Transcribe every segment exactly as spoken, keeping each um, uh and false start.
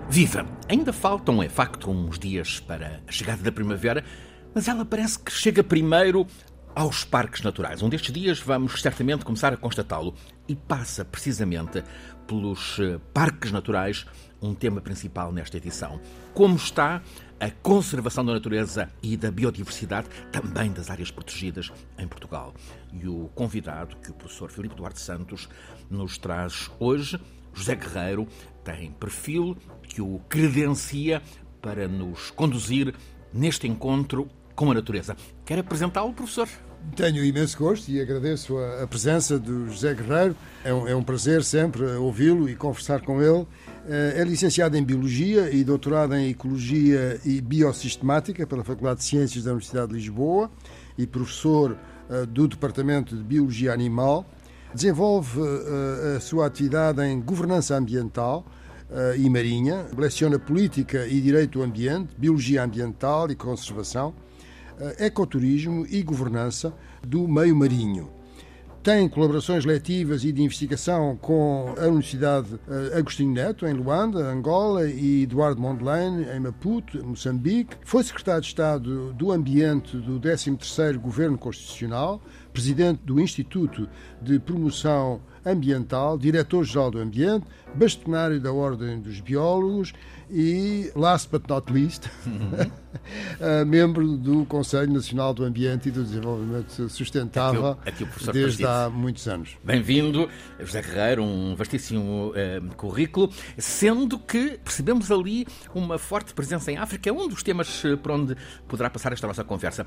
Viva! Ainda faltam, é facto, uns dias para a chegada da primavera, mas ela parece que chega primeiro aos parques naturais. Um destes dias vamos certamente começar a constatá-lo e passa precisamente pelos parques naturais, um tema principal nesta edição. Como está a conservação da natureza e da biodiversidade, também das áreas protegidas em Portugal. E o convidado que o professor Filipe Duarte Santos nos traz hoje, José Guerreiro, tem perfil que o credencia para nos conduzir neste encontro com a natureza. Quer apresentá-lo, professor? Tenho imenso gosto e agradeço a, a presença do José Guerreiro. É um, é um prazer sempre ouvi-lo e conversar com ele. É licenciado em Biologia e doutorado em Ecologia e Biosistemática pela Faculdade de Ciências da Universidade de Lisboa e professor uh, do Departamento de Biologia Animal. Desenvolve uh, a sua atividade em governança ambiental uh, e marinha, leciona Política e Direito do Ambiente, Biologia Ambiental e Conservação, uh, Ecoturismo e Governança do Meio Marinho. Tem colaborações letivas e de investigação com a Universidade Agostinho Neto, em Luanda, Angola, e Eduardo Mondlane, em Maputo, Moçambique. Foi secretário de Estado do Ambiente do décimo terceiro Governo Constitucional, presidente do Instituto de Promoção Ambiental, diretor-geral do Ambiente, bastonário da Ordem dos Biólogos e, last but not least, uhum. membro do Conselho Nacional do Ambiente e do Desenvolvimento Sustentável aqui o, aqui o desde há muitos anos. Bem-vindo, José Guerreiro, um vastíssimo eh, currículo, sendo que percebemos ali uma forte presença em África. É um dos temas por onde poderá passar esta nossa conversa.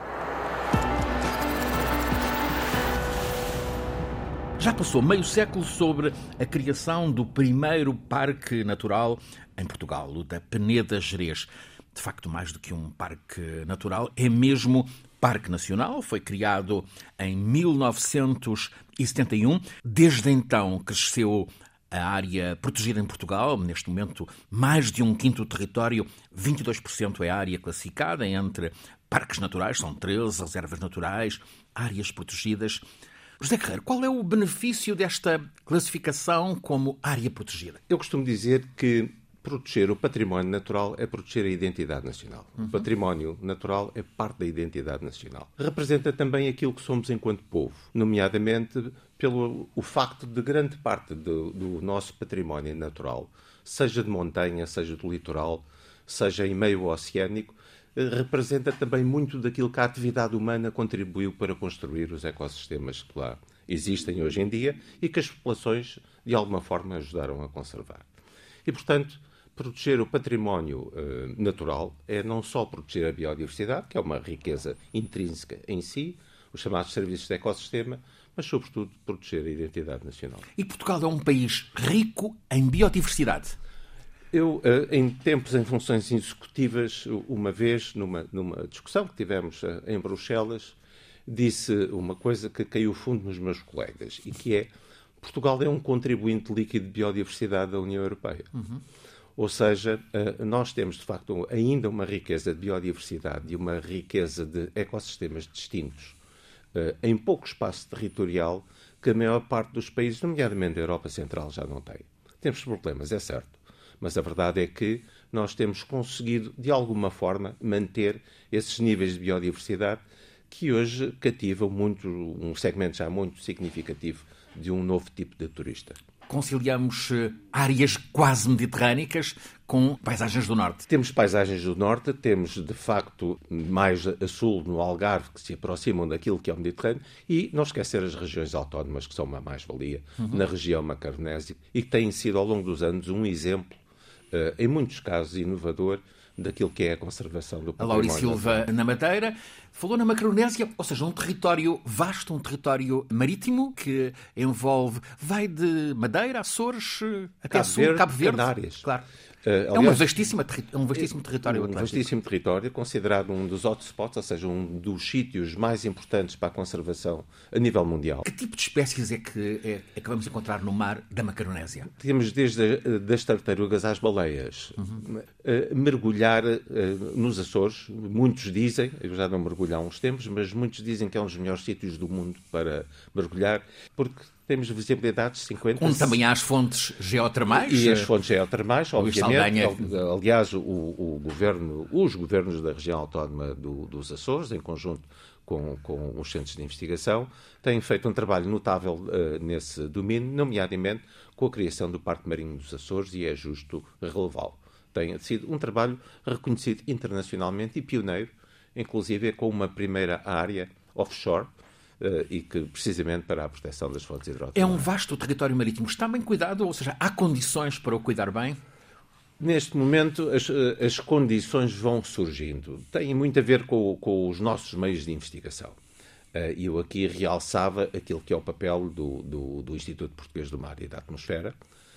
Já passou meio século sobre a criação do primeiro parque natural em Portugal, o da Peneda Gerês. De facto, mais do que um parque natural, é mesmo Parque Nacional. Foi criado em mil novecentos e setenta e um. Desde então cresceu a área protegida em Portugal. Neste momento, mais de um quinto do território, vinte e dois por cento é a área classificada entre parques naturais, são treze reservas naturais, áreas protegidas. José Guerreiro, qual é o benefício desta classificação como área protegida? Eu costumo dizer que proteger o património natural é proteger a identidade nacional. Uhum. O património natural é parte da identidade nacional. Representa também aquilo que somos enquanto povo, nomeadamente pelo o facto de grande parte do, do nosso património natural, seja de montanha, seja do litoral, seja em meio oceânico, representa também muito daquilo que a atividade humana contribuiu para construir os ecossistemas que lá existem hoje em dia e que as populações, de alguma forma, ajudaram a conservar. E, portanto, proteger o património uh, natural é não só proteger a biodiversidade, que é uma riqueza intrínseca em si, os chamados serviços de ecossistema, mas, sobretudo, proteger a identidade nacional. E Portugal é um país rico em biodiversidade. Eu, em tempos, em funções executivas, uma vez, numa, numa discussão que tivemos em Bruxelas, disse uma coisa que caiu fundo nos meus colegas, e que é: Portugal é um contribuinte líquido de biodiversidade da União Europeia. Uhum. Ou seja, nós temos, de facto, ainda uma riqueza de biodiversidade e uma riqueza de ecossistemas distintos em pouco espaço territorial que a maior parte dos países, nomeadamente a Europa Central, já não tem. Temos problemas, é certo. Mas a verdade é que nós temos conseguido, de alguma forma, manter esses níveis de biodiversidade que hoje cativam muito, um segmento já muito significativo de um novo tipo de turista. Conciliamos áreas quase mediterrânicas com paisagens do norte. Temos paisagens do norte, temos, de facto, mais a sul, no Algarve, que se aproximam daquilo que é o Mediterrâneo, e não esquecer as regiões autónomas, que são uma mais-valia, uhum. na região macaronésia, e que têm sido, ao longo dos anos, um exemplo, uh, em muitos casos, inovador, daquilo que é a conservação do património. A Lauri Silva, na Madeira, falou na Macaronésia, ou seja, um território vasto, um território marítimo que envolve, vai de Madeira, Açores, até Cabo Sul, Verde, Cabo Verde. Canárias. Claro. Uh, aliás, é uma vastíssima, um vastíssimo território um atlântico. vastíssimo território, considerado um dos hotspots, ou seja, um dos sítios mais importantes para a conservação a nível mundial. Que tipo de espécies é que, é, é que vamos encontrar no mar da Macaronésia? Temos desde a, das tartarugas às baleias. Uhum. Uh, mergulhar uh, nos Açores, muitos dizem, eu já não mergulho mergulho há uns tempos, mas muitos dizem que é um dos melhores sítios do mundo para mergulhar, porque temos visibilidade de cinquenta... Onde também há as fontes geotermais. E as fontes geotermais, obviamente. Saldanha. Aliás, o, o governo, os governos da região autónoma do, dos Açores, em conjunto com, com os centros de investigação, têm feito um trabalho notável uh, nesse domínio, nomeadamente com a criação do Parque Marinho dos Açores, e é justo relevá-lo. Tem sido um trabalho reconhecido internacionalmente e pioneiro, inclusive com uma primeira área offshore, Uh, e que precisamente para a proteção das fontes hidrotermais. É um vasto território marítimo. Está bem cuidado? Ou seja, há condições para o cuidar bem? Neste momento, as, as condições vão surgindo. Tem muito a ver com, com os nossos meios de investigação. Uh, eu aqui realçava aquilo que é o papel do, do, do Instituto Português do Mar e da Atmosfera,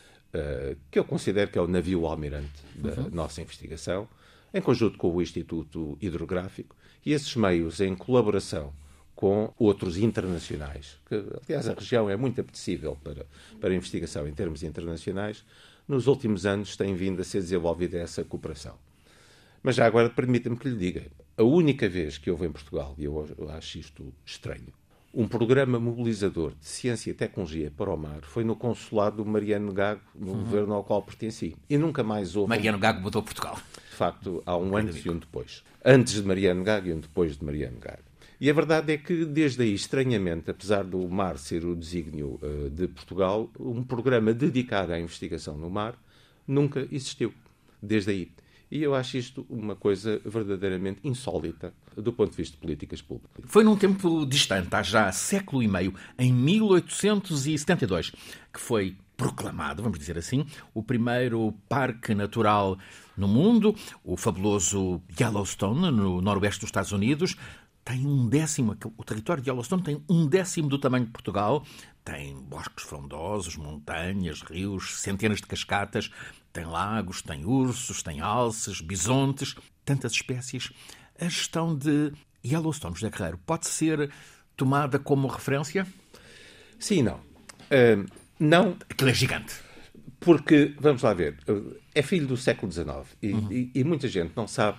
uh, que eu considero que é o navio almirante da uhum. nossa investigação, em conjunto com o Instituto Hidrográfico, e esses meios, em colaboração com outros internacionais, que, aliás, a região é muito apetecível para, para a investigação em termos internacionais. Nos últimos anos tem vindo a ser desenvolvida essa cooperação. Mas já agora, permita-me que lhe diga, a única vez que houve em Portugal, e eu acho isto estranho, um programa mobilizador de ciência e tecnologia para o mar foi no consulado do Mariano Gago, no uhum. governo ao qual pertenci. E nunca mais houve... Mariano Gago mudou Portugal. De facto, há um antes e um depois. Antes de Mariano Gago e um depois de Mariano Gago. E a verdade é que, desde aí, estranhamente, apesar do mar ser o desígnio uh, de Portugal, um programa dedicado à investigação no mar nunca existiu, desde aí. E eu acho isto uma coisa verdadeiramente insólita do ponto de vista de políticas públicas. Foi num tempo distante, há já século e meio, em mil oitocentos e setenta e dois, que foi proclamado, vamos dizer assim, o primeiro parque natural no mundo, o fabuloso Yellowstone, no noroeste dos Estados Unidos. Tem um décimo, o território de Yellowstone tem um décimo do tamanho de Portugal, tem bosques frondosos, montanhas, rios, centenas de cascatas, tem lagos, tem ursos, tem alces, bisontes, tantas espécies. A gestão de Yellowstone, José Guerreiro, pode ser tomada como referência? Sim e não. Uh, não. Aquilo é gigante. Porque, vamos lá ver, é filho do século dezenove e, uhum. e, e muita gente não sabe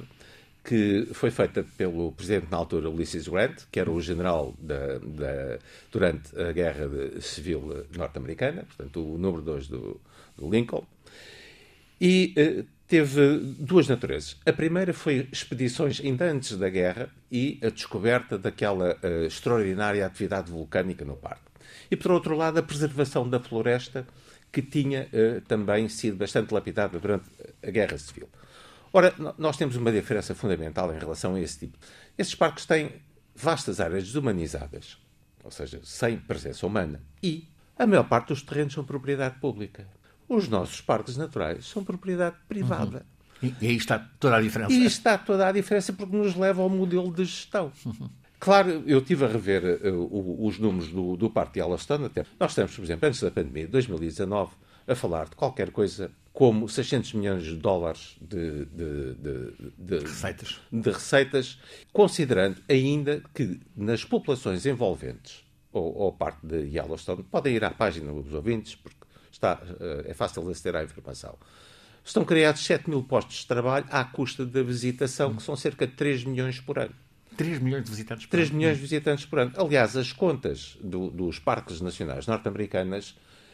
que foi feita pelo presidente na altura, Ulysses Grant, que era o general da, da, durante a Guerra Civil Norte-Americana, portanto, o número dois do, do Lincoln, e uh, teve duas naturezas. A primeira foi expedições ainda antes da guerra e a descoberta daquela uh, extraordinária atividade vulcânica no parque. E, por outro lado, a preservação da floresta, que tinha uh, também sido bastante lapidada durante a Guerra Civil. Ora, nós temos uma diferença fundamental em relação a esse tipo. Esses parques têm vastas áreas desumanizadas, ou seja, sem presença humana, e a maior parte dos terrenos são propriedade pública. Os nossos parques naturais são propriedade privada. Uhum. E, e aí está toda a diferença. E está toda a diferença porque nos leva ao modelo de gestão. Uhum. Claro, eu estive a rever uh, os números do, do Parque de Yellowstone. Até. Nós estamos, por exemplo, antes da pandemia de dois mil e dezanove, a falar de qualquer coisa como seiscentos milhões de dólares de, de, de, de, receitas. de receitas, considerando ainda que nas populações envolventes ou, ou parte de Yellowstone, podem ir à página dos ouvintes, porque está, é fácil de aceder à informação, estão criados sete mil postos de trabalho à custa da visitação, que são cerca de três milhões por ano. três milhões de visitantes por três ano. milhões de visitantes por ano. Aliás, as contas do, dos parques nacionais norte-americanas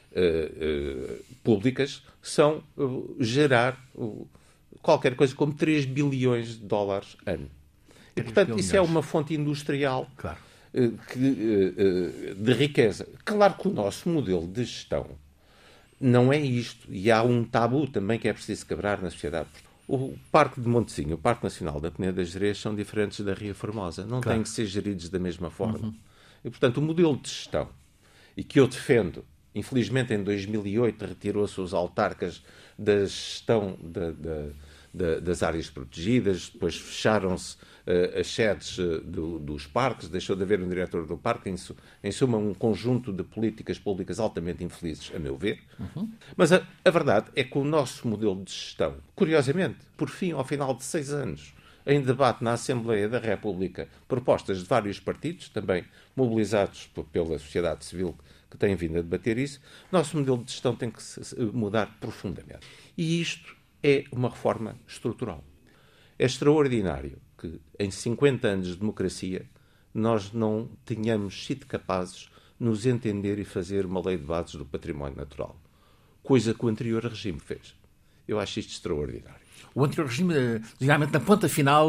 Uh, uh, públicas são uh, gerar uh, qualquer coisa como três bilhões de dólares ano. E, portanto, bilhões. Isso é uma fonte industrial claro. uh, que, uh, uh, de riqueza. Claro que o nosso modelo de gestão não é isto. E há um tabu também que é preciso quebrar na sociedade. O Parque de Montezinho, o Parque Nacional da Peneda das Gerês são diferentes da Ria Formosa. Não claro. Têm que ser geridos da mesma forma. Uhum. E, portanto, o modelo de gestão, e que eu defendo. Infelizmente, em dois mil e oito, retirou-se os autarcas da gestão de, de, de, das áreas protegidas, depois fecharam-se uh, as sedes uh, do, dos parques, deixou de haver um diretor do parque, em, em suma, um conjunto de políticas públicas altamente infelizes, a meu ver. Uhum. Mas a, a verdade é que o nosso modelo de gestão, curiosamente, por fim, ao final de seis anos, em debate na Assembleia da República, propostas de vários partidos, também mobilizados pela sociedade civil, que têm vindo a debater isso, nosso modelo de gestão tem que mudar profundamente. E isto é uma reforma estrutural. É extraordinário que em cinquenta anos de democracia nós não tenhamos sido capazes de nos entender e fazer uma lei de bases do património natural. Coisa que o anterior regime fez. Eu acho isto extraordinário. O anterior regime, geralmente na ponta final,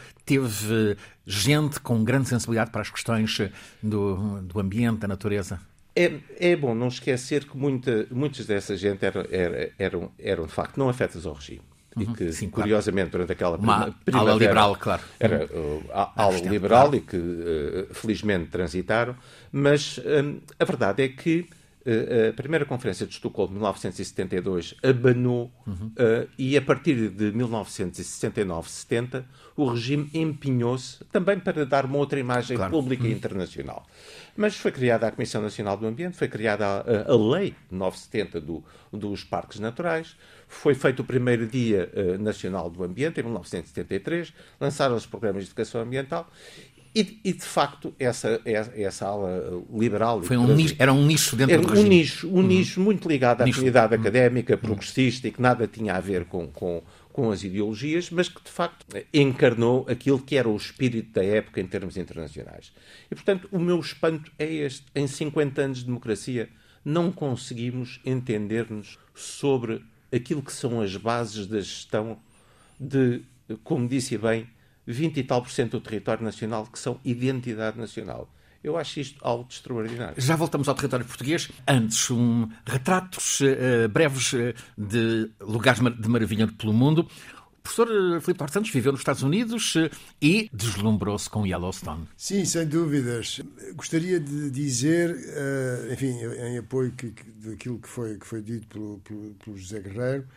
teve gente com grande sensibilidade para as questões do, do ambiente, da natureza. É, é bom não esquecer que muita, muitas dessa gente eram, eram, eram, eram, de facto, não afetas ao regime. Uhum, e que, sim, curiosamente, claro, durante aquela Uma ala liberal, claro. Era uh, a ala liberal, claro, e que, uh, felizmente, transitaram. Mas um, a verdade é que uh, a primeira Conferência de Estocolmo, de mil novecentos e setenta e dois, abanou, uhum, uh, e a partir de mil novecentos e sessenta e nove, setenta, o regime empenhou-se também para dar uma outra imagem, claro, pública, uhum, e internacional. Mas foi criada a Comissão Nacional do Ambiente, foi criada a, a Lei novecentos e setenta do, dos Parques Naturais, foi feito o primeiro Dia uh, Nacional do Ambiente, em mil novecentos e setenta e três, lançaram os programas de educação ambiental e, e de facto, essa, essa ala liberal... Foi um nicho, era um nicho dentro era do um regime. Nicho, um uhum. nicho muito ligado à nicho. comunidade académica, uhum. progressista, e que nada tinha a ver com... com com as ideologias, mas que, de facto, encarnou aquilo que era o espírito da época em termos internacionais. E, portanto, o meu espanto é este. Em cinquenta anos de democracia, não conseguimos entender-nos sobre aquilo que são as bases da gestão de, como disse bem, vinte e tal por cento do território nacional, que são identidade nacional. Eu acho isto algo extraordinário. Já voltamos ao território português. Antes, um retratos uh, breves uh, de lugares de maravilha pelo mundo. O professor Filipe Duarte Santos viveu nos Estados Unidos uh, e deslumbrou-se com Yellowstone. Sim, sem dúvidas. Gostaria de dizer, uh, enfim, em apoio que, que, daquilo que foi, que foi dito pelo, pelo, pelo José Guerreiro,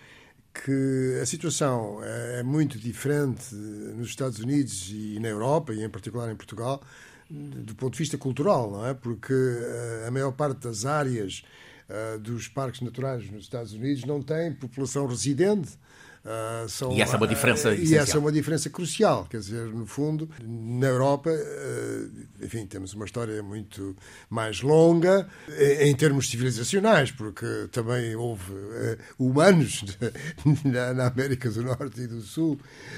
que a situação é muito diferente nos Estados Unidos e na Europa, e em particular em Portugal, do ponto de vista cultural, não é? Porque uh, a maior parte das áreas uh, dos parques naturais nos Estados Unidos não tem população residente. Uh, são, e essa é uma diferença uh, E essa é uma diferença crucial. Quer dizer, no fundo, na Europa, uh, enfim, temos uma história muito mais longa em, em termos civilizacionais, porque também houve uh, humanos na, na América do Norte e do Sul,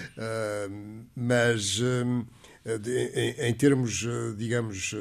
uh, mas... Um, Em, em termos, digamos,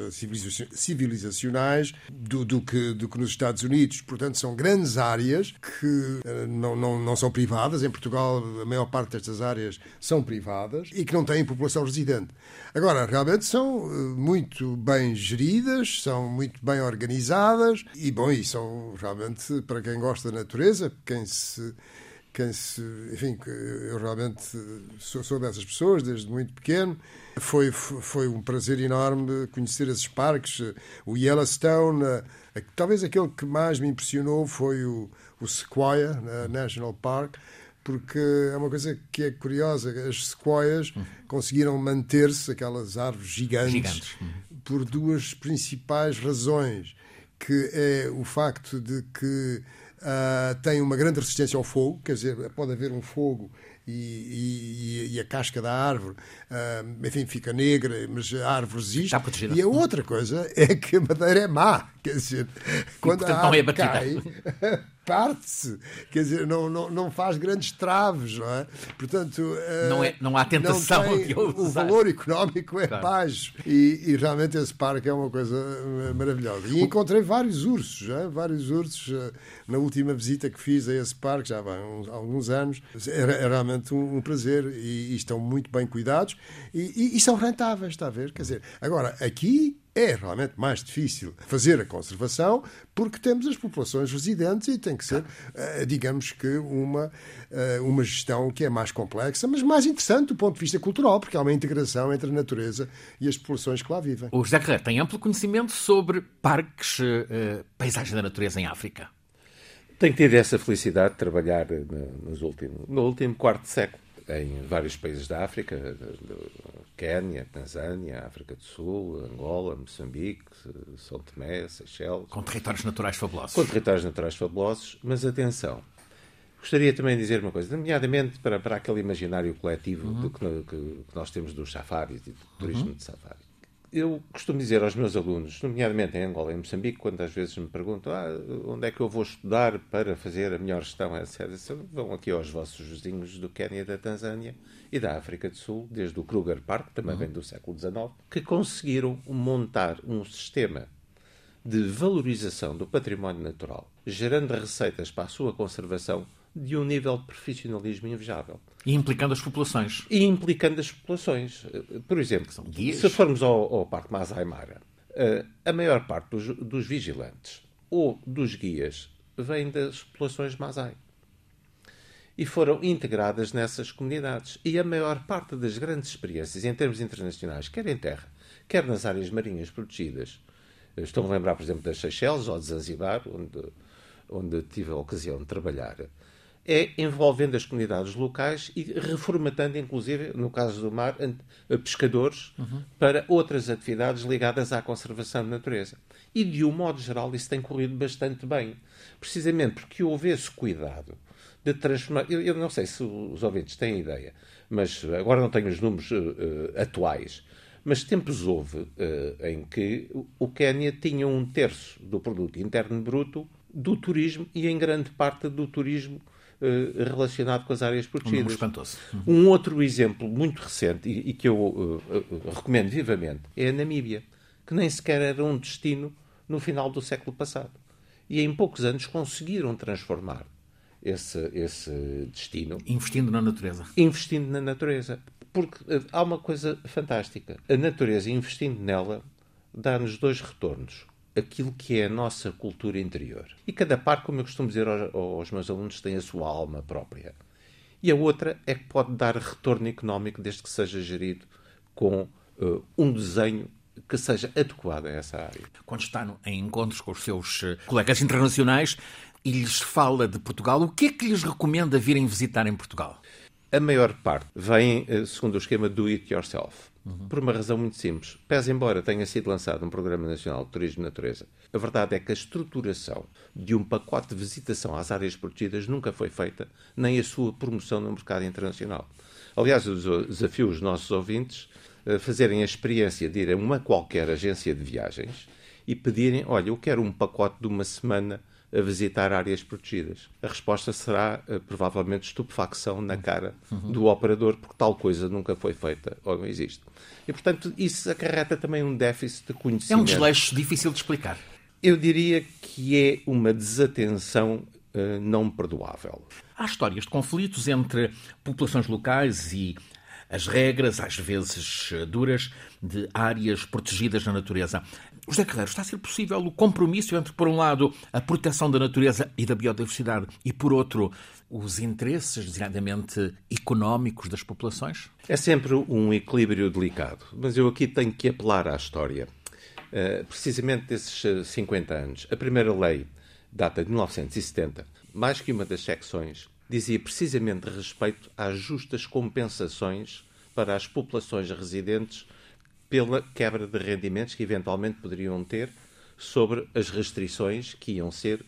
civilizacionais do, do, que, do que nos Estados Unidos. Portanto, são grandes áreas que não, não, não são privadas. Em Portugal, a maior parte destas áreas são privadas e que não têm população residente. Agora, realmente são muito bem geridas, são muito bem organizadas e, bom, e são realmente, para quem gosta da natureza, quem se... Quem se, enfim, eu realmente sou, sou dessas pessoas desde muito pequeno. Foi, foi um prazer enorme conhecer esses parques. O Yellowstone, talvez aquele que mais me impressionou foi o, o Sequoia National Park, porque é uma coisa que é curiosa. As sequoias conseguiram manter-se, aquelas árvores gigantes, gigantes. por duas principais razões, que é o facto de que Uh, tem uma grande resistência ao fogo, quer dizer, pode haver um fogo e, e, e a casca da árvore, uh, enfim, fica negra, mas a árvore resiste. E a outra coisa é que a madeira é má, quer dizer, quando a árvore é cai, parte-se, quer dizer, não, não, não faz grandes traves, não é? Portanto, uh, não, é, não há tentação. Não tem, o valor económico é claro. baixo. E, e realmente esse parque é uma coisa maravilhosa. E encontrei vários ursos, já, vários ursos uh, na última visita que fiz a esse parque, já há uns, alguns anos. Era, era realmente um, um prazer e, e estão muito bem cuidados e, e, e são rentáveis, está a ver? Quer dizer, agora, aqui é realmente mais difícil fazer a conservação porque temos as populações residentes e tem que ser, digamos que, uma, uma gestão que é mais complexa, mas mais interessante do ponto de vista cultural, porque há uma integração entre a natureza e as populações que lá vivem. O José Guerreiro tem amplo conhecimento sobre parques, paisagem da natureza em África. Tenho tido essa felicidade de trabalhar no, nos últimos, no último quarto de século em vários países da África, Quénia, Tanzânia, África do Sul, Angola, Moçambique, São Tomé, Seychelles. Com territórios naturais fabulosos. Com territórios naturais fabulosos, mas atenção, gostaria também de dizer uma coisa, nomeadamente para, para aquele imaginário coletivo uhum. do que, que, que nós temos dos safaris e do turismo uhum. de safari. Eu costumo dizer aos meus alunos, nomeadamente em Angola e em Moçambique, quando às vezes me perguntam ah, onde é que eu vou estudar para fazer a melhor gestão, etcétera. Vão aqui aos vossos vizinhos do Quénia e da Tanzânia e da África do Sul, desde o Kruger Park, que também uhum. vem do século dezenove, que conseguiram montar um sistema de valorização do património natural, gerando receitas para a sua conservação de um nível de profissionalismo invejável. E implicando as populações. E implicando as populações. Por exemplo, se formos ao, ao Parque Masai Mara, a maior parte dos, dos vigilantes ou dos guias vem das populações Masai. E foram integradas nessas comunidades. E a maior parte das grandes experiências, em termos internacionais, quer em terra, quer nas áreas marinhas protegidas, estou-me a lembrar, por exemplo, das Seychelles ou de Zanzibar, onde, onde tive a ocasião de trabalhar, é envolvendo as comunidades locais e reformatando, inclusive, no caso do mar, pescadores uhum. para outras atividades ligadas à conservação da natureza. E, de um modo geral, isso tem corrido bastante bem. Precisamente porque houve esse cuidado de transformar... Eu, eu não sei se os ouvintes têm ideia, mas agora não tenho os números uh, atuais, mas tempos houve uh, em que o Quénia tinha um terço do produto interno bruto do turismo e, em grande parte, do turismo relacionado com as áreas protegidas. Um, um outro exemplo muito recente e, e que eu uh, uh, recomendo vivamente é a Namíbia, que nem sequer era um destino no final do século passado. E em poucos anos conseguiram transformar esse, esse destino. Investindo na natureza. Investindo na natureza. Porque uh, há uma coisa fantástica. A natureza, investindo nela, dá-nos dois retornos. Aquilo que é a nossa cultura interior. E cada parte, como eu costumo dizer aos, aos meus alunos, tem a sua alma própria. E a outra é que pode dar retorno económico desde que seja gerido com uh, um desenho que seja adequado a essa área. Quando está no, em encontros com os seus uh, colegas internacionais e lhes fala de Portugal, o que é que lhes recomenda virem visitar em Portugal? A maior parte vem uh, segundo o esquema do it yourself. Uhum. Por uma razão muito simples. Pese embora tenha sido lançado um Programa Nacional de Turismo de Natureza, a verdade é que a estruturação de um pacote de visitação às áreas protegidas nunca foi feita, nem a sua promoção no mercado internacional. Aliás, eu desafio os nossos ouvintes a fazerem a experiência de ir a uma qualquer agência de viagens e pedirem, olha, eu quero um pacote de uma semana a visitar áreas protegidas. A resposta será, uh, provavelmente, estupefacção na cara uhum. do operador, porque tal coisa nunca foi feita ou não existe. E, portanto, isso acarreta também um déficit de conhecimento. É um desleixo difícil de explicar. Eu diria que é uma desatenção uh, não perdoável. Há histórias de conflitos entre populações locais e as regras, às vezes duras, de áreas protegidas na natureza. José Carreiro, está a ser possível o compromisso entre, por um lado, a proteção da natureza e da biodiversidade e, por outro, os interesses, designadamente, económicos das populações? É sempre um equilíbrio delicado, mas eu aqui tenho que apelar à história. Uh, precisamente desses cinquenta anos. A primeira lei data de mil novecentos e setenta. Mais que uma das secções dizia precisamente respeito às justas compensações para as populações residentes pela quebra de rendimentos que eventualmente poderiam ter sobre as restrições que iam ser uh,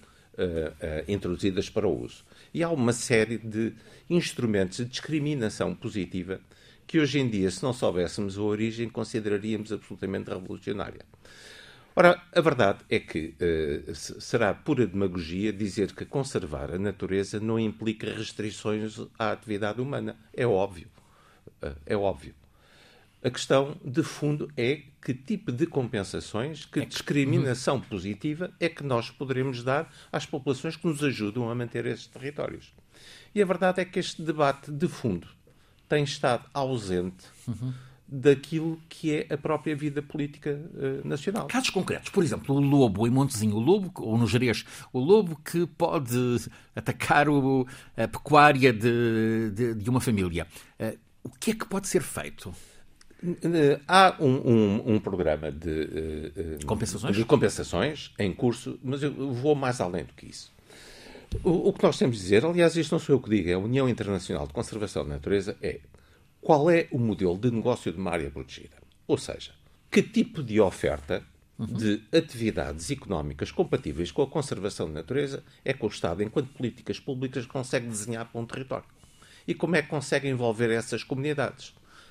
uh, introduzidas para o uso. E há uma série de instrumentos de discriminação positiva que hoje em dia, se não soubéssemos a origem, consideraríamos absolutamente revolucionária. Ora, a verdade é que uh, será pura demagogia dizer que conservar a natureza não implica restrições à atividade humana. É óbvio. Uh, é óbvio. A questão de fundo é que tipo de compensações, que discriminação positiva é que nós poderemos dar às populações que nos ajudam a manter esses territórios. E a verdade é que este debate de fundo tem estado ausente uhum. daquilo que é a própria vida política uh, nacional. Casos concretos, por exemplo, o lobo em Montezinho, o lobo, ou no Gerês, o lobo que pode atacar o, a pecuária de, de, de uma família. Uh, o que é que pode ser feito? Há um, um, um programa de, uh, compensações? de compensações em curso, mas eu vou mais além do que isso. O, o que nós temos de dizer, aliás, isto não sou eu que digo, é a União Internacional de Conservação da Natureza, é qual é o modelo de negócio de uma área protegida. Ou seja, que tipo de oferta uhum. de atividades económicas compatíveis com a conservação da natureza é que o Estado, enquanto políticas públicas, consegue desenhar para um território. E como é que consegue envolver essas comunidades?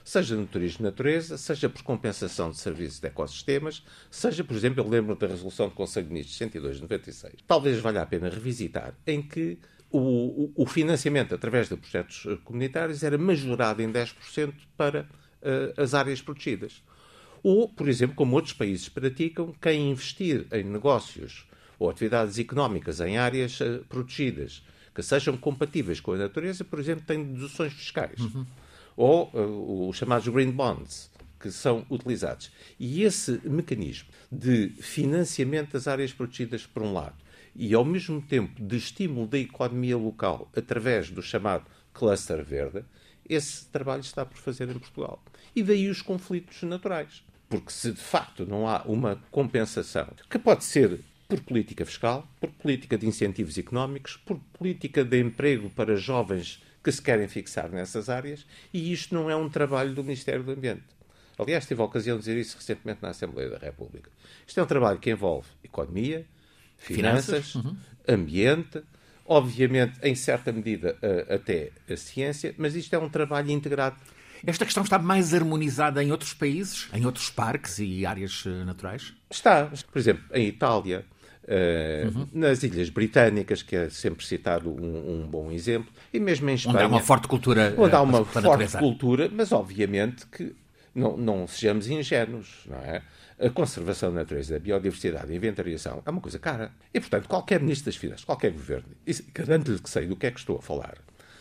seja no turismo de natureza, seja por compensação de serviços de ecossistemas, seja, por exemplo, eu lembro da resolução do Conselho de Ministros cento e dois de noventa e seis. Talvez valha a pena revisitar, em que o, o, o financiamento através de projetos comunitários era majorado em dez por cento para uh, as áreas protegidas. Ou, por exemplo, como outros países praticam, quem investir em negócios ou atividades económicas em áreas uh, protegidas que sejam compatíveis com a natureza, por exemplo, tem deduções fiscais. Uhum. Ou uh, os chamados green bonds, que são utilizados. E esse mecanismo de financiamento das áreas protegidas, por um lado, e ao mesmo tempo de estímulo da economia local através do chamado cluster verde, esse trabalho está por fazer em Portugal. E daí os conflitos naturais. Porque se de facto não há uma compensação, que pode ser por política fiscal, por política de incentivos económicos, por política de emprego para jovens que se querem fixar nessas áreas, e isto não é um trabalho do Ministério do Ambiente. Aliás, tive a ocasião de dizer isso recentemente na Assembleia da República. Isto é um trabalho que envolve economia, finanças, finanças uhum. ambiente, obviamente, em certa medida, até a ciência, mas isto é um trabalho integrado. Esta questão está mais harmonizada em outros países, em outros parques e áreas naturais? Está. Por exemplo, em Itália, uh, uhum. nas Ilhas Britânicas, que é sempre citado um, um bom exemplo, e mesmo em Espanha. Onde há uma forte cultura. Onde há uma forte natureza. cultura, mas obviamente que não, não sejamos ingênuos, não é? A conservação da natureza, a biodiversidade e a inventariação é uma coisa cara. E, portanto, qualquer ministro das Finanças, qualquer governo, garanto-lhe que sei do que é que estou a falar,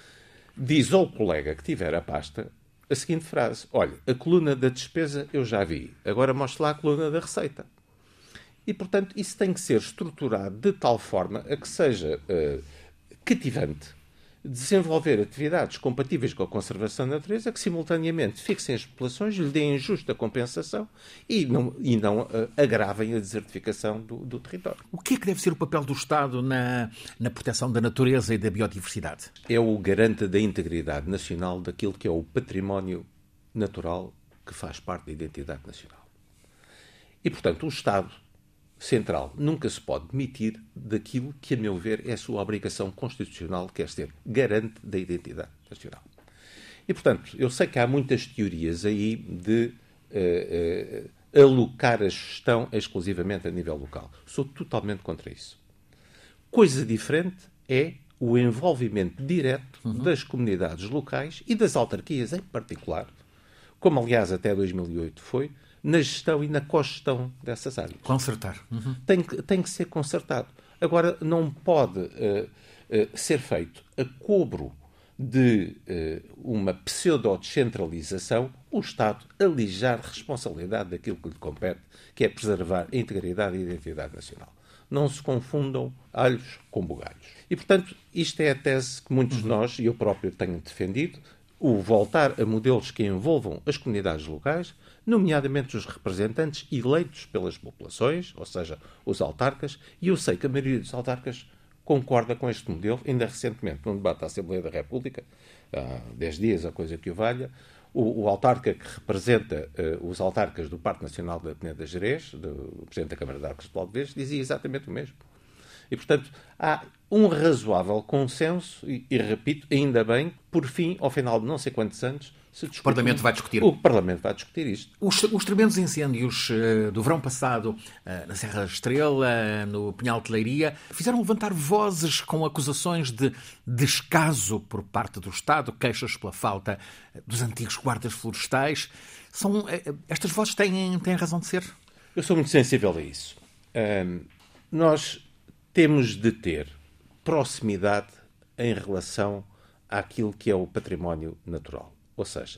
diz ao colega que tiver a pasta a seguinte frase: olha, a coluna da despesa eu já vi, agora mostre lá a coluna da receita. E, portanto, isso tem que ser estruturado de tal forma a que seja uh, cativante desenvolver atividades compatíveis com a conservação da natureza que, simultaneamente, fixem as populações, lhe deem justa compensação e não, e não uh, agravem a desertificação do, do território. O que é que deve ser o papel do Estado na, na proteção da natureza e da biodiversidade? É o garante da integridade nacional daquilo que é o património natural que faz parte da identidade nacional. E, portanto, o Estado Central nunca se pode demitir daquilo que, a meu ver, é a sua obrigação constitucional, que é ser garante da identidade nacional. E, portanto, eu sei que há muitas teorias aí de uh, uh, alocar a gestão exclusivamente a nível local. Sou totalmente contra isso. Coisa diferente é o envolvimento direto uhum. das comunidades locais e das autarquias em particular, como, aliás, até dois mil e oito foi, na gestão e na cogestão dessas áreas. Consertar. Uhum. Tem, que, tem que ser consertado. Agora, não pode uh, uh, ser feito a cobro de uh, uma pseudo-descentralização o Estado alijar responsabilidade daquilo que lhe compete, que é preservar a integridade e a identidade nacional. Não se confundam alhos com bugalhos. E, portanto, isto é a tese que muitos uhum. de nós, e eu próprio tenho defendido, o voltar a modelos que envolvam as comunidades locais, nomeadamente os representantes eleitos pelas populações, ou seja, os autarcas, e eu sei que a maioria dos autarcas concorda com este modelo. Ainda recentemente, num debate da Assembleia da República, há dez dias, a coisa que o valha, o, o autarca que representa uh, os autarcas do Parque Nacional da Peneda Gerês, do Presidente da Câmara de Arcos de Valdevez, dizia exatamente o mesmo. E, portanto, há um razoável consenso, e, e repito, ainda bem, por fim, ao final de não sei quantos anos, se discute, o Parlamento vai discutir. O Parlamento vai discutir isto. Os, os tremendos incêndios uh, do verão passado, uh, na Serra Estrela, uh, no Pinhal de Leiria, fizeram levantar vozes com acusações de descaso por parte do Estado, queixas pela falta dos antigos guardas florestais. São, uh, estas vozes têm, têm razão de ser? Eu sou muito sensível a isso. Um, nós temos de ter proximidade em relação àquilo que é o património natural. Ou seja,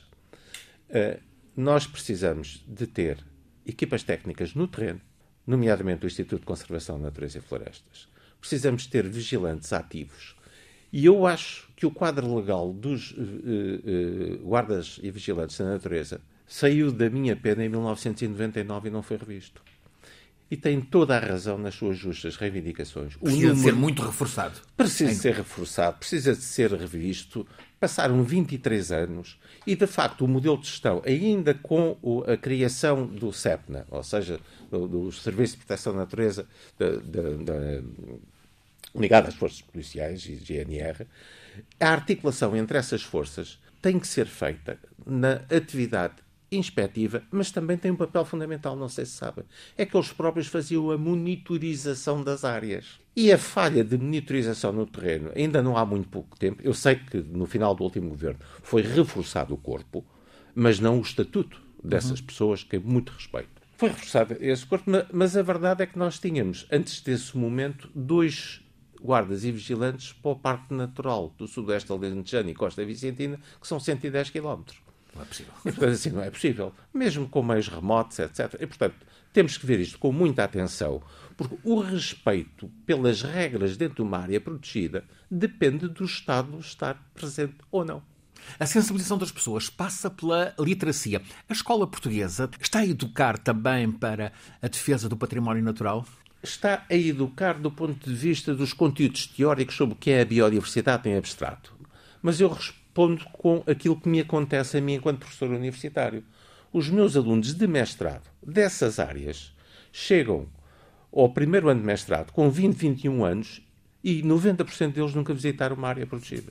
nós precisamos de ter equipas técnicas no terreno, nomeadamente o Instituto de Conservação da Natureza e Florestas. Precisamos ter vigilantes ativos. E eu acho que o quadro legal dos uh, uh, guardas e vigilantes da natureza saiu da minha pena em mil novecentos e noventa e nove e não foi revisto. E tem toda a razão nas suas justas reivindicações. Precisa número... de ser muito reforçado. Precisa de Sim. ser reforçado, precisa de ser revisto. Passaram vinte e três anos e, de facto, o modelo de gestão, ainda com a criação do SEPNA, ou seja, do, do Serviço de Proteção da Natureza de, de, de, ligado às forças policiais e G N R, a articulação entre essas forças tem que ser feita na atividade inspectiva, mas também tem um papel fundamental, não sei se sabem, é que eles próprios faziam a monitorização das áreas. E a falha de monitorização no terreno, ainda não há muito pouco tempo, eu sei que no final do último governo foi reforçado o corpo, mas não o estatuto dessas uhum. pessoas, que é muito respeito. Foi reforçado esse corpo, mas a verdade é que nós tínhamos, antes desse momento, dois guardas e vigilantes para o Parque Natural do Sudoeste Alentejano e Costa Vicentina, que são cento e dez quilómetros. Não é possível. E, portanto, assim, não é possível. Mesmo com meios remotos, etcétera. E, portanto, temos que ver isto com muita atenção, porque o respeito pelas regras dentro de uma área protegida depende do Estado estar presente ou não. A sensibilização das pessoas passa pela literacia. A escola portuguesa está a educar também para a defesa do património natural? Está a educar do ponto de vista dos conteúdos teóricos sobre o que é a biodiversidade em abstrato. Mas eu respondo com aquilo que me acontece a mim enquanto professor universitário. Os meus alunos de mestrado dessas áreas chegam ao primeiro ano de mestrado com vinte, vinte e um anos e noventa por cento deles nunca visitaram uma área protegida.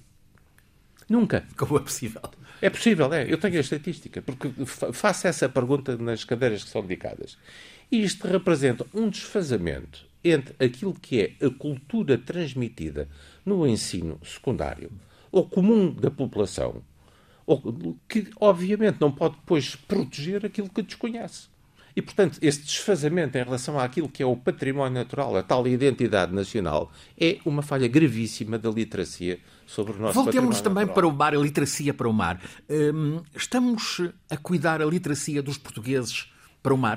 Nunca. Como é possível? É possível, é. Eu tenho a estatística, porque faço essa pergunta nas cadeiras que são dedicadas. E isto representa um desfazamento entre aquilo que é a cultura transmitida no ensino secundário, ou comum da população, que obviamente não pode depois proteger aquilo que desconhece. E, portanto, esse desfazamento em relação àquilo que é o património natural, a tal identidade nacional, é uma falha gravíssima da literacia sobre o nosso Voltemos património também natural. para o mar, a literacia para o mar. Hum, estamos a cuidar a literacia dos portugueses para o mar?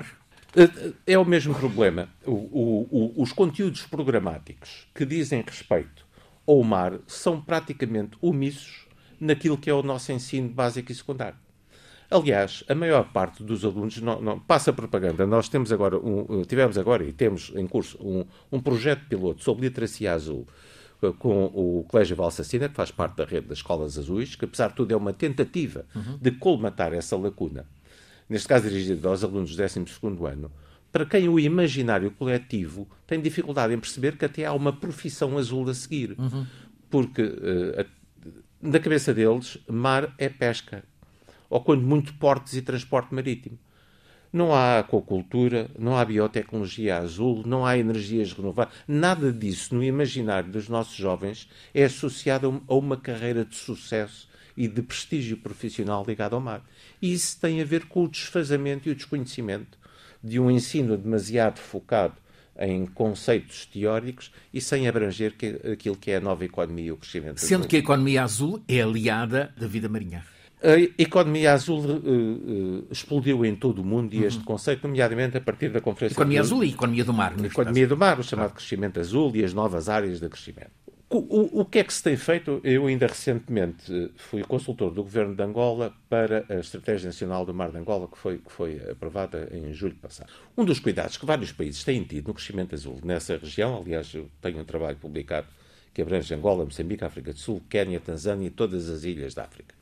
É o mesmo problema. O, o, o, os conteúdos programáticos que dizem respeito ao mar são praticamente omissos naquilo que é o nosso ensino básico e secundário. Aliás, a maior parte dos alunos não, não, passa propaganda. Nós temos agora um, tivemos agora e temos em curso um, um projeto piloto sobre literacia azul com o Colégio Valsacina, que faz parte da rede das escolas azuis, que apesar de tudo é uma tentativa uhum. de colmatar essa lacuna. Neste caso dirigido aos alunos do décimo segundo ano, para quem o imaginário coletivo tem dificuldade em perceber que até há uma profissão azul a seguir. Uhum. Porque uh, a, na cabeça deles, mar é pesca. Ou quando muito portos e transporte marítimo. Não há aquacultura, não há biotecnologia azul, não há energias renováveis. Nada disso no imaginário dos nossos jovens é associado a uma carreira de sucesso e de prestígio profissional ligado ao mar. E isso tem a ver com o desfazamento e o desconhecimento de um ensino demasiado focado em conceitos teóricos e sem abranger aquilo que é a nova economia e o crescimento. Sendo azul. que a economia azul é aliada da vida marinha. A economia azul uh, uh, explodiu em todo o mundo e uhum. este conceito, nomeadamente a partir da Conferência... Economia do... azul e economia do mar. A economia caso. do mar, o chamado crescimento azul e as novas áreas de crescimento. O, o, o que é que se tem feito? Eu ainda recentemente fui consultor do governo de Angola para a Estratégia Nacional do Mar de Angola, que foi, que foi aprovada em julho passado. Um dos cuidados que vários países têm tido no crescimento azul nessa região, aliás, eu tenho um trabalho publicado que abrange Angola, Moçambique, África do Sul, Quénia, Tanzânia e todas as ilhas da África.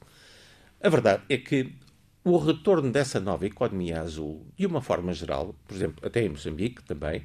A verdade é que o retorno dessa nova economia azul, de uma forma geral, por exemplo, até em Moçambique também,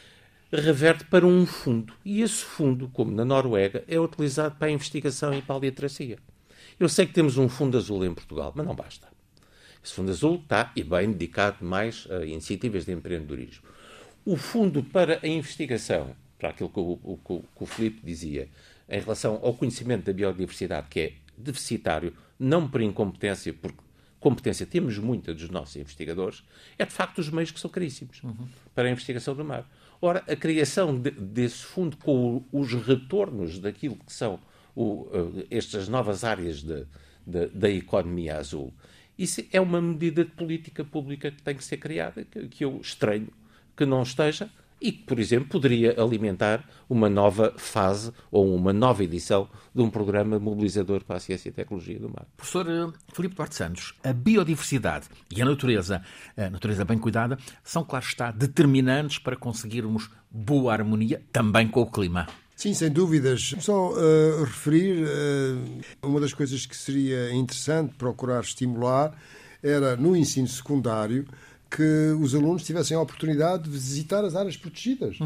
reverte para um fundo. E esse fundo, como na Noruega, é utilizado para a investigação e para a literacia. Eu sei que temos um fundo azul em Portugal, mas não basta. Esse fundo azul está, e bem, dedicado mais a iniciativas de empreendedorismo. O fundo para a investigação, para aquilo que o, o, que o Filipe dizia, em relação ao conhecimento da biodiversidade, que é deficitário, não por incompetência, porque competência temos muita dos nossos investigadores, é de facto os meios que são caríssimos uhum. para a investigação do mar. Ora, a criação de, desse fundo com o, os retornos daquilo que são o, uh, estas novas áreas de, de, da economia azul, isso é uma medida de política pública que tem que ser criada, que, que eu estranho que não esteja, e que, por exemplo, poderia alimentar uma nova fase ou uma nova edição de um programa mobilizador para a ciência e tecnologia do mar. Professor Filipe Duarte Santos, a biodiversidade e a natureza, a natureza bem cuidada, são, claro está, determinantes para conseguirmos boa harmonia também com o clima. Sim, sem dúvidas. Só uh, referir uh, uma das coisas que seria interessante procurar estimular era, no ensino secundário, que os alunos tivessem a oportunidade de visitar as áreas protegidas. Uhum.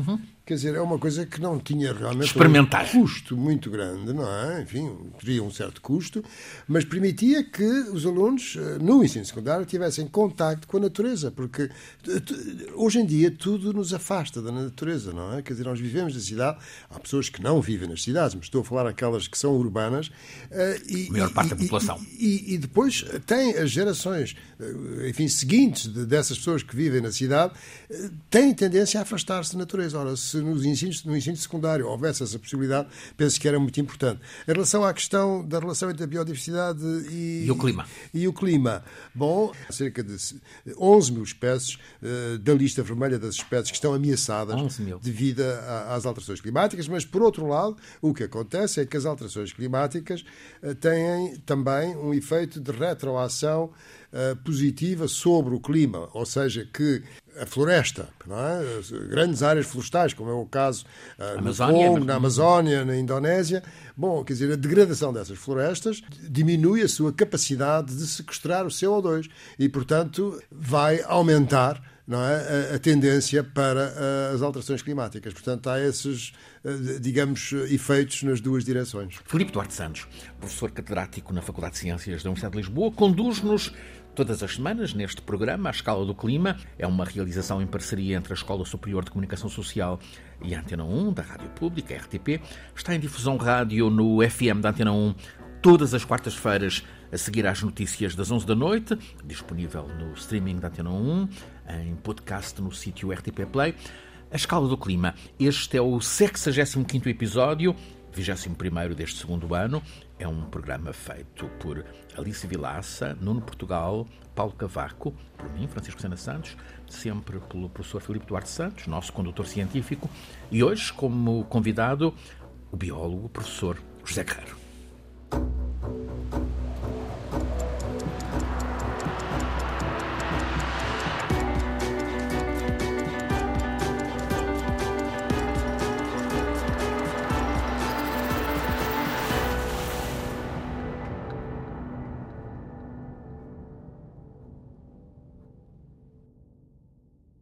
Quer dizer, é uma coisa que não tinha realmente experimentar. um custo muito grande, não é? Enfim, teria um certo custo, mas permitia que os alunos, no ensino secundário, tivessem contacto com a natureza, porque hoje em dia tudo nos afasta da natureza, não é? Quer dizer, nós vivemos na cidade, há pessoas que não vivem nas cidades, mas estou a falar aquelas que são urbanas. E, a maior parte e, da população. E, e, e depois tem as gerações, enfim, seguintes dessas pessoas que vivem na cidade, têm tendência a afastar-se da natureza. Ora, se nos ensinos, no ensino secundário houvesse essa possibilidade, penso que era muito importante. Em relação à questão da relação entre a biodiversidade e, e o clima. E, e o clima. Bom, cerca de onze mil espécies uh, da lista vermelha das espécies que estão ameaçadas devido a, às alterações climáticas, mas, por outro lado, o que acontece é que as alterações climáticas uh, têm também um efeito de retroação uh, positiva sobre o clima, ou seja, que a floresta, não é? As grandes áreas florestais, como é o caso uh, no Congo, na Amazónia, na Indonésia, bom, quer dizer, a degradação dessas florestas diminui a sua capacidade de sequestrar o C O dois e, portanto, vai aumentar, não é, a, a tendência para uh, as alterações climáticas. Portanto, há esses, uh, digamos, efeitos nas duas direções. Filipe Duarte Santos, professor catedrático na Faculdade de Ciências da Universidade de Lisboa, conduz-nos todas as semanas neste programa, A Escala do Clima. É uma realização em parceria entre a Escola Superior de Comunicação Social e a Antena um, da Rádio Pública, R T P. Está em difusão rádio no F M da Antena um todas as quartas-feiras, a seguir às notícias das onze da noite, disponível no streaming da Antena um, em podcast no sítio R T P Play. A Escala do Clima. Este é o sexagésimo quinto episódio, vigésimo primeiro deste segundo ano. É um programa feito por Alice Vilaça, Nuno Portugal, Paulo Cavaco, por mim, Francisco Sena Santos, sempre pelo professor Filipe Duarte Santos, nosso condutor científico, e hoje, como convidado, o biólogo, professor José Guerreiro.